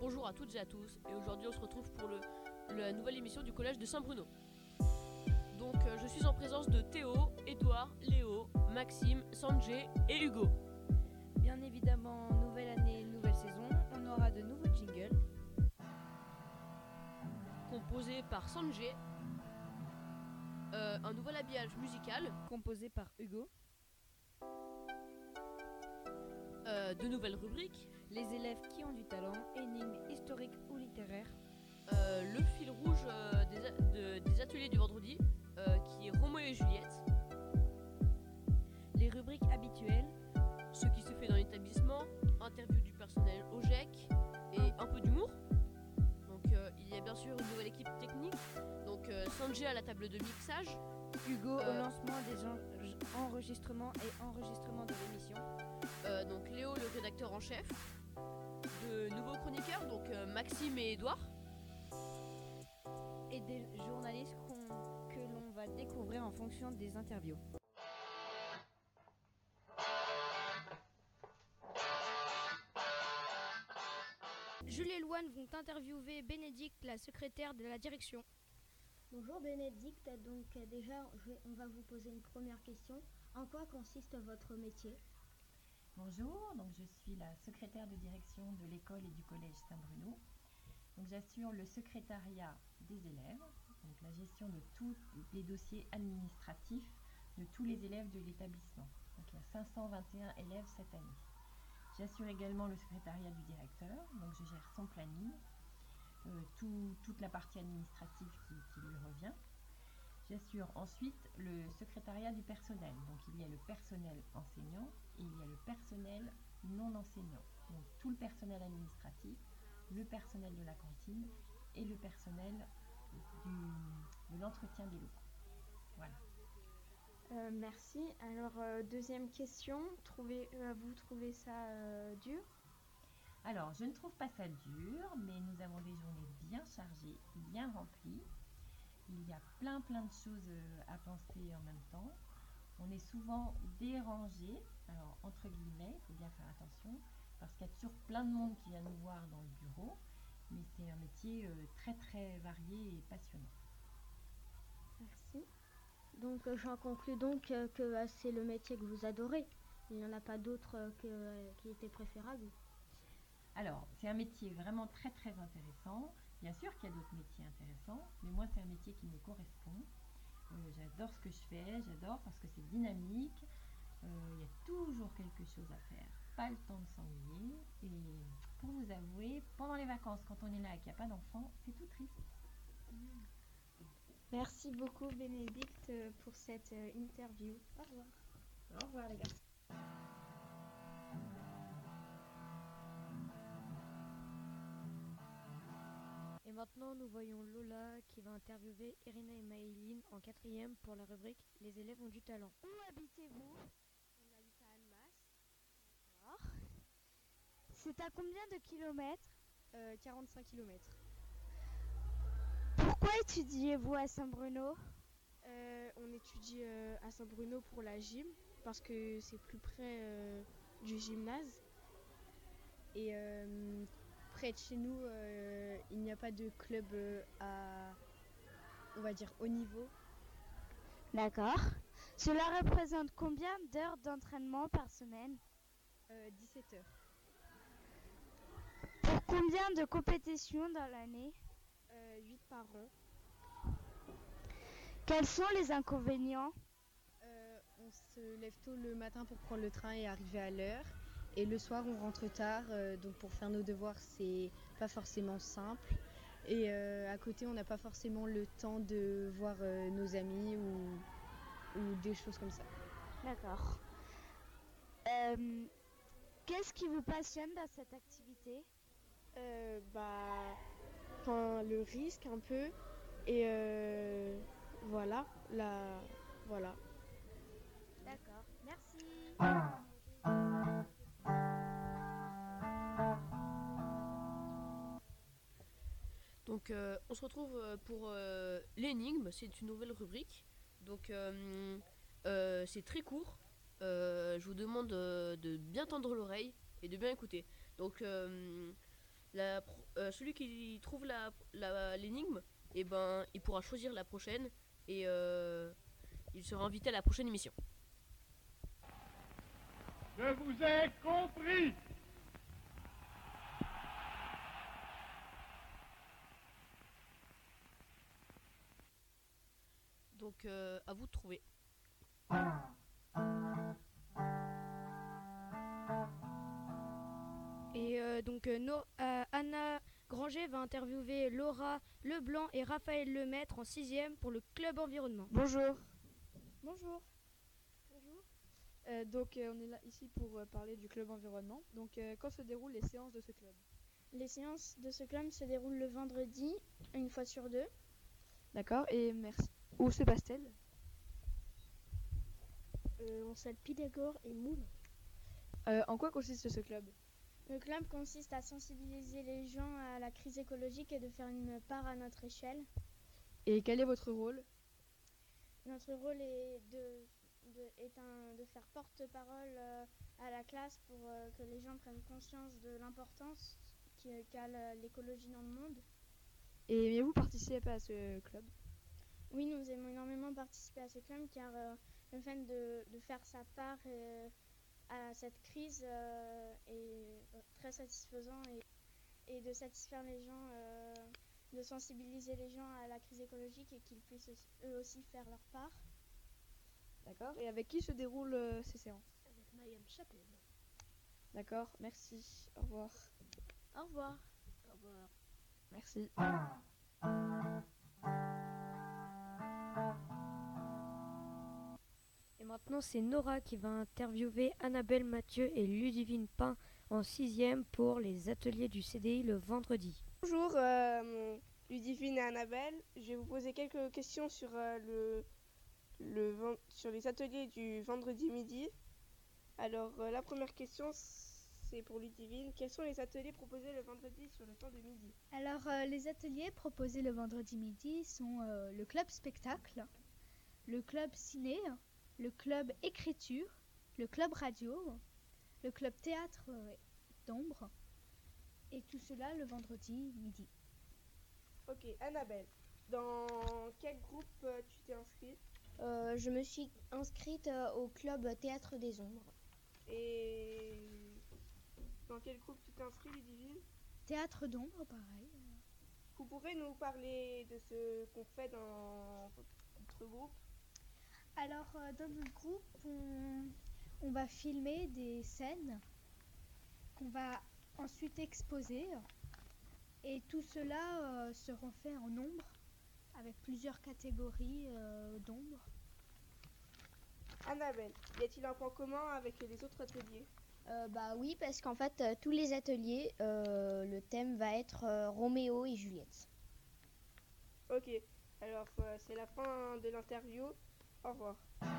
Bonjour à toutes et à tous, et aujourd'hui on se retrouve pour la nouvelle émission du collège de Saint-Bruno. Donc je suis en présence de Théo, Édouard, Léo, Maxime, Sanjay et Hugo. Bien évidemment, nouvelle année, nouvelle saison, on aura de nouveaux jingles. Composé par Sanjay, un nouvel habillage musical, Composé par Hugo. de nouvelles rubriques, Les élèves qui ont du talent, énigmes historiques ou littéraires. le fil rouge des ateliers du vendredi, qui est Roméo et Juliette, Les rubriques habituelles. ce qui se fait dans l'établissement, interview du personnel au GEC et un peu d'humour. Donc il y a bien sûr une nouvelle équipe technique, donc Sanjay à la table de mixage, Hugo au lancement des enregistrements et enregistrements de l'émission. donc Léo le rédacteur en chef, de nouveaux chroniqueurs, donc Maxime et Édouard, Et des journalistes que l'on va découvrir en fonction des interviews. Jules et Louane vont interviewer Bénédicte, la secrétaire de la direction. Bonjour Bénédicte, donc déjà on va vous poser une première question. En quoi consiste votre métier? Bonjour, donc je suis la secrétaire de direction de l'école et du collège Saint-Bruno. Donc j'assure le secrétariat des élèves, donc la gestion de tous les dossiers administratifs de tous les élèves de l'établissement. Donc il y a 521 élèves cette année. J'assure également le secrétariat du directeur, donc je gère son planning, toute la partie administrative qui lui revient. J'assure ensuite le secrétariat du personnel. Donc il y a le personnel enseignant et il y a le personnel non enseignant. Donc tout le personnel administratif, le personnel de la cantine et le personnel de l'entretien des locaux. Voilà. Merci. Alors deuxième question, vous trouvez ça dur? Alors, je ne trouve pas ça dur, mais nous avons des journées bien chargées, bien remplies. Il y a plein de choses à penser en même temps. On est souvent dérangé, alors entre guillemets, il faut bien faire attention, parce qu'il y a toujours plein de monde qui vient nous voir dans le bureau, mais c'est un métier très varié et passionnant. Merci. Donc j'en conclus donc que c'est le métier que vous adorez. Il n'y en a pas d'autres qui étaient préférables. Alors, c'est un métier vraiment très intéressant. Bien sûr qu'il y a d'autres métiers intéressants, mais moi, c'est un métier qui me correspond. J'adore ce que je fais, j'adore parce que c'est dynamique. Il y a toujours quelque chose à faire, pas le temps de s'ennuyer. Et pour vous avouer, pendant les vacances, quand on est là et qu'il n'y a pas d'enfants, c'est tout triste. Merci beaucoup Bénédicte pour cette interview. Au revoir. Au revoir les gars. Et maintenant, nous voyons Lola qui va interviewer Irina et Maëline en 4e pour la rubrique Les élèves ont du talent. Où habitez-vous? On habite à Annemasse. D'accord. C'est à combien de kilomètres? 45 km. Pourquoi étudiez-vous à Saint-Bruno? On étudie à Saint-Bruno pour la gym parce que c'est plus près du gymnase. Et près de chez nous, il n'y a pas de club à, on va dire, haut niveau. D'accord. Cela représente combien d'heures d'entraînement par semaine? 17 heures. Pour combien de compétitions dans l'année? 8 par an. Quels sont les inconvénients? On se lève tôt le matin pour prendre le train et arriver à l'heure. Et le soir, on rentre tard. Donc pour faire nos devoirs, c'est pas forcément simple. Et à côté, on n'a pas forcément le temps de voir nos amis ou des choses comme ça. D'accord. Qu'est-ce qui vous passionne dans cette activité? Le risque un peu. Et voilà. Voilà. D'accord, merci. Donc on se retrouve pour l'énigme, c'est une nouvelle rubrique, donc c'est très court. Je vous demande de bien tendre l'oreille et de bien écouter. Donc celui qui trouve l'énigme, et ben, il pourra choisir la prochaine et il sera invité à la prochaine émission. Je vous ai compris. Donc à vous de trouver. Et Anna Granger va interviewer Laura Leblanc et Raphaël Lemaître en 6e pour le club environnement. Bonjour. Bonjour. On est là ici pour parler du club environnement. Donc quand se déroulent les séances de ce club? Les séances de ce club se déroulent le vendredi, une fois sur 2. D'accord, et merci. Où se passe-t-elle? En salle Pythagore et Moule. En quoi consiste ce club? Le club consiste à sensibiliser les gens à la crise écologique et de faire une part à notre échelle. Et quel est votre rôle? Notre rôle est de faire porte-parole à la classe pour que les gens prennent conscience de l'importance qu'a l'écologie dans le monde. Et aimez-vous participer à ce club? Oui, nous aimons énormément participer à ce club car le fait de faire sa part à cette crise est très satisfaisant et de satisfaire les gens, de sensibiliser les gens à la crise écologique et qu'ils puissent eux aussi faire leur part. D'accord, et avec qui se déroulent ces séances? Avec Mayam Chapelle. D'accord, merci. Au revoir. Au revoir. Au revoir. Merci. Et maintenant, c'est Nora qui va interviewer Annabelle Mathieu et Ludivine Pain en 6e pour les ateliers du CDI le vendredi. Bonjour Ludivine et Annabelle, je vais vous poser quelques questions sur, sur les ateliers du vendredi midi. Alors la première question c'est pour Ludivine, quels sont les ateliers proposés le vendredi sur le temps de midi? Alors les ateliers proposés le vendredi midi sont le club spectacle, le club ciné, le club écriture, le club radio, le club théâtre d'ombre, et tout cela le vendredi midi. Ok, Annabelle, dans quel groupe tu t'es inscrite? Je me suis inscrite au club Théâtre des Ombres. Et dans quel groupe tu t'es inscrite, Ludivine? Théâtre d'ombre, pareil. Vous pourrez nous parler de ce qu'on fait dans votre groupe? Alors dans notre groupe, on va filmer des scènes qu'on va ensuite exposer, et tout cela sera fait en ombre avec plusieurs catégories d'ombre. Annabelle, y a-t-il un point commun avec les autres ateliers? Bah oui, parce qu'en fait, tous les ateliers, le thème va être Roméo et Juliette. Ok, alors c'est la fin de l'interview. Au revoir.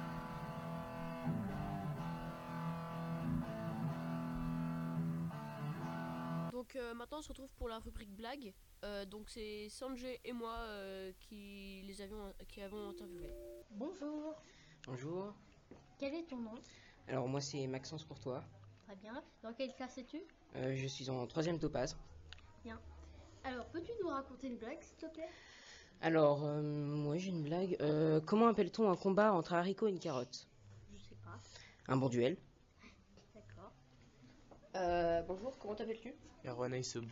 Donc maintenant on se retrouve pour la rubrique blague. Donc c'est Sanjay et moi qui avons interviewé. Bonjour. Bonjour. Quel est ton nom? Alors moi c'est Maxence Courtois. Très bien. Dans quelle classe es-tu? Je suis en 3e topaz. Bien. Alors peux-tu nous raconter une blague s'il te plaît? Alors moi j'ai une blague. Comment appelle-t-on un combat entre un haricot et une carotte? Je sais pas. Un bon duel. D'accord. Bonjour, comment t'appelles-tu? Erwan Aïsoub.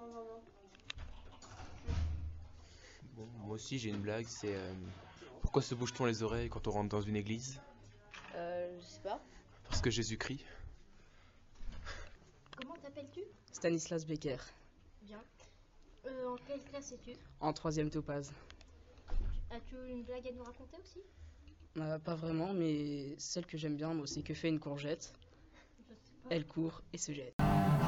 Bon, moi aussi j'ai une blague, c'est pourquoi se bouge-t-on les oreilles quand on rentre dans une église? Je sais pas. Parce que Jésus-Christ. Comment t'appelles-tu? Stanislas Becker. Bien. En quelle classe es-tu? En 3e topaz. As-tu une blague à nous raconter aussi? Pas vraiment, mais celle que j'aime bien, moi, c'est que fait une courgette. Je sais pas. Elle court et se jette.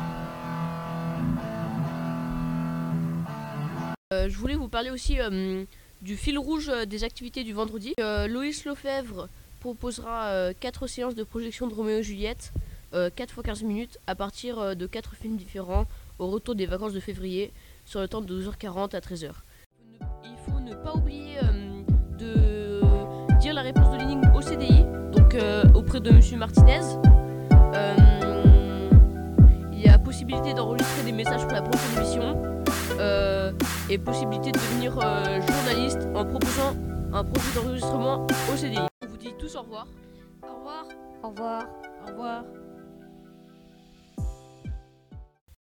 Je voulais vous parler aussi du fil rouge des activités du vendredi. Loïs Lefebvre proposera 4 séances de projection de Roméo et Juliette, 4 fois 15 minutes, à partir de 4 films différents au retour des vacances de février, sur le temps de 12h40 à 13h. Il faut ne pas oublier de dire la réponse de l'énigme au CDI, donc auprès de Monsieur Martinez. Il y a possibilité possibilité d'enregistrer des messages pour la prochaine émission et possibilité de devenir journaliste en proposant un projet d'enregistrement au CDI. On vous dit tous au revoir. Au revoir. Au revoir. Au revoir.